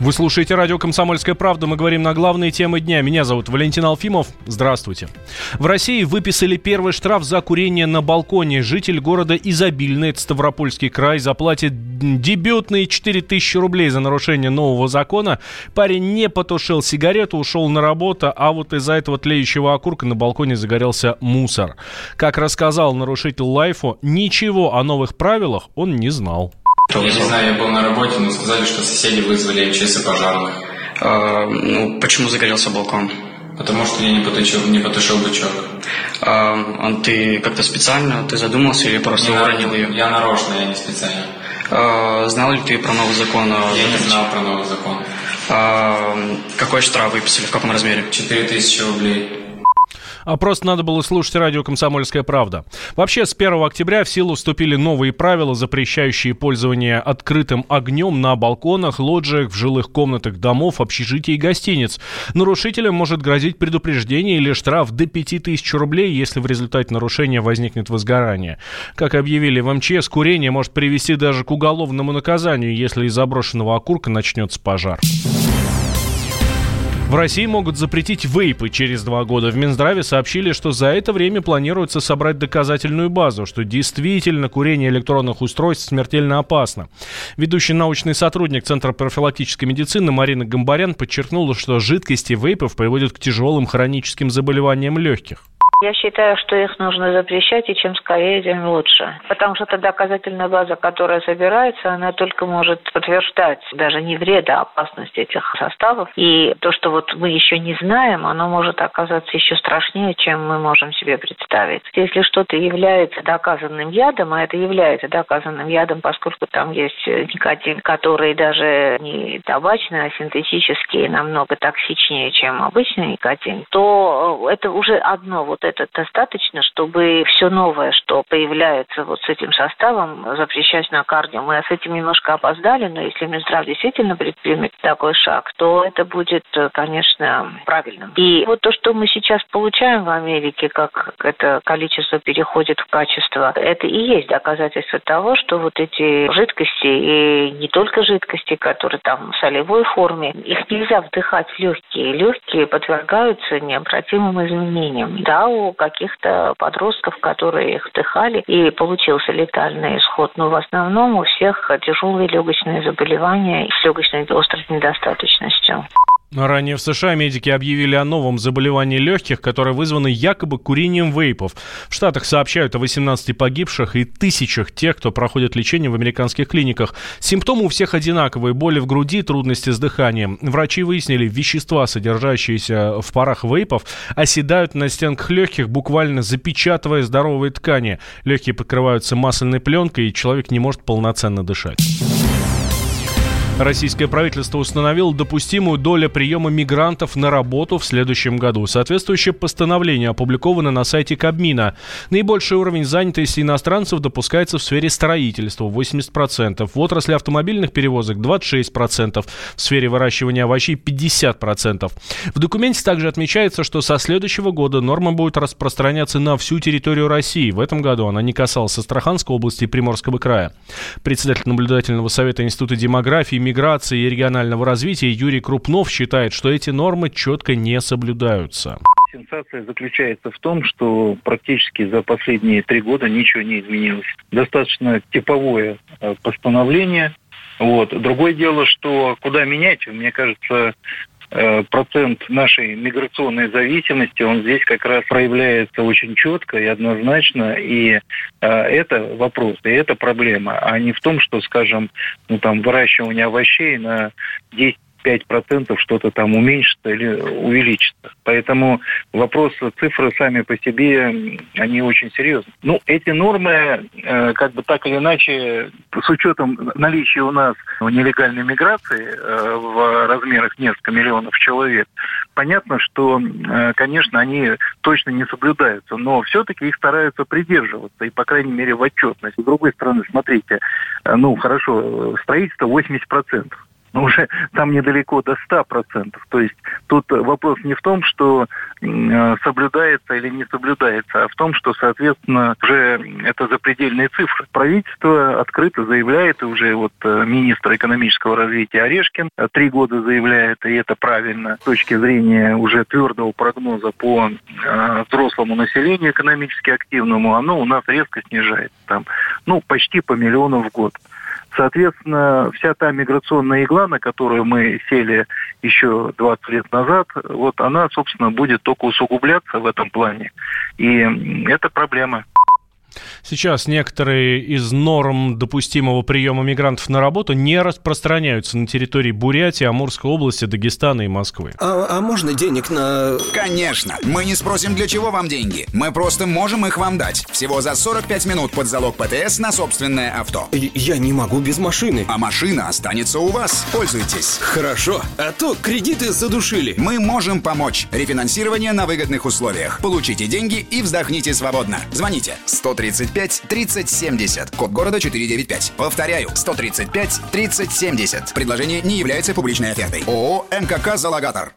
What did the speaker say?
Вы слушаете радио «Комсомольская правда». Мы говорим на главные темы дня. Меня зовут Валентин Алфимов. Здравствуйте. В России выписали первый штраф за курение на балконе. Житель города Изобильный, это Ставропольский край, заплатит дебютные 4000 рублей за нарушение нового закона. Парень не потушил сигарету, ушел на работу, а вот из-за этого тлеющего окурка на балконе загорелся мусор. Как рассказал нарушитель Лайфу, ничего о новых правилах он не знал. Я не знаю, я был на работе, но сказали, что соседи вызвали МЧС и пожарных. Почему загорелся балкон? Потому что я не потушил бычок. Ты как-то специально, ты задумался или просто уронил ее? Я нарочно, я не специально. Знал ли ты про новый закон? Я не знал про новый закон. Какой штраф выписали, в каком размере? 4000 рублей. А просто надо было слушать радио «Комсомольская правда». Вообще, с 1 октября в силу вступили новые правила, запрещающие пользование открытым огнем на балконах, лоджиях, в жилых комнатах домов, общежитий и гостиниц. Нарушителям может грозить предупреждение или штраф до 5000 рублей, если в результате нарушения возникнет возгорание. Как объявили в МЧС, курение может привести даже к уголовному наказанию, если из заброшенного окурка начнется пожар. В России могут запретить вейпы через 2 года. В Минздраве сообщили, что за это время планируется собрать доказательную базу, что действительно курение электронных устройств смертельно опасно. Ведущий научный сотрудник Центра профилактической медицины Марина Гамбарян подчеркнула, что жидкости вейпов приводят к тяжелым хроническим заболеваниям легких. Я считаю, что их нужно запрещать, и чем скорее, тем лучше. Потому что та доказательная база, которая собирается, она только может подтверждать даже не вред, а опасность этих составов. И то, что вот мы еще не знаем, оно может оказаться еще страшнее, чем мы можем себе представить. Если что-то является доказанным ядом, а это является доказанным ядом, поскольку там есть никотин, который даже не табачный, а синтетический, намного токсичнее, чем обычный никотин, то это уже одно вот это достаточно, чтобы все новое, что появляется вот с этим составом, запрещать на кардио. Мы с этим немножко опоздали, но если Минздрав действительно предпримет такой шаг, то это будет, конечно, правильным. И вот то, что мы сейчас получаем в Америке, как это количество переходит в качество, это и есть доказательство того, что вот эти жидкости, и не только жидкости, которые там в солевой форме, их нельзя вдыхать в легкие. Легкие подвергаются необратимым изменениям. Да, у каких-то подростков, которые их вдыхали, и получился летальный исход. Но в основном у всех тяжелые легочные заболевания с легочной острой недостаточностью. Ранее в США медики объявили о новом заболевании легких, которое вызвано якобы курением вейпов. В Штатах сообщают о 18 погибших и тысячах тех, кто проходит лечение в американских клиниках. Симптомы у всех одинаковые: боли в груди, трудности с дыханием. Врачи выяснили, вещества, содержащиеся в парах вейпов, оседают на стенках легких, буквально запечатывая здоровые ткани. Легкие покрываются масляной пленкой, и человек не может полноценно дышать. Российское правительство установило допустимую долю приема мигрантов на работу в следующем году. Соответствующее постановление опубликовано на сайте Кабмина. Наибольший уровень занятости иностранцев допускается в сфере строительства – 80%, в отрасли автомобильных перевозок – 26%, в сфере выращивания овощей – 50%. В документе также отмечается, что со следующего года норма будет распространяться на всю территорию России. В этом году она не касалась Астраханской области и Приморского края. Председатель наблюдательного совета Института демографии, миграции и регионального развития Юрий Крупнов считает, что эти нормы четко не соблюдаются. Сенсация заключается в том, что практически за последние 3 года ничего не изменилось. Достаточно типовое постановление. Другое дело, что куда менять, мне кажется, процент нашей миграционной зависимости, он здесь как раз проявляется очень четко и однозначно, и это вопрос, и это проблема, а не в том, что, скажем, выращивание овощей на 10-5% что-то там уменьшится или увеличится. Поэтому цифры сами по себе, они очень серьезны. Эти нормы, так или иначе, с учетом наличия у нас нелегальной миграции в размерах несколько миллионов человек, понятно, что, конечно, они точно не соблюдаются, но все-таки их стараются придерживаться, и, по крайней мере, в отчетности. С другой стороны, смотрите, хорошо, строительство 80%. уже там недалеко до 100%. То есть тут вопрос не в том, что соблюдается или не соблюдается, а в том, что, соответственно, уже это запредельные цифры. Правительство открыто заявляет, и уже вот министр экономического развития Орешкин 3 года заявляет, и это правильно, с точки зрения уже твердого прогноза по взрослому населению экономически активному, оно у нас резко снижается. Там, почти по миллиону в год. Соответственно, вся та миграционная игла, на которую мы сели еще 20 лет назад, вот она, собственно, будет только усугубляться в этом плане. И это проблема. Сейчас некоторые из норм допустимого приема мигрантов на работу не распространяются на территории Бурятии, Амурской области, Дагестана и Москвы. А можно денег на... Конечно. Мы не спросим, для чего вам деньги. Мы просто можем их вам дать. Всего за 45 минут под залог ПТС на собственное авто. Я не могу без машины. А машина останется у вас. Пользуйтесь. Хорошо. А то кредиты задушили. Мы можем помочь. Рефинансирование на выгодных условиях. Получите деньги и вздохните свободно. Звоните 135 30 70. Код города 495. Повторяю, 135 30 70. Предложение не является публичной офертой. ООО «МКК Залогатор».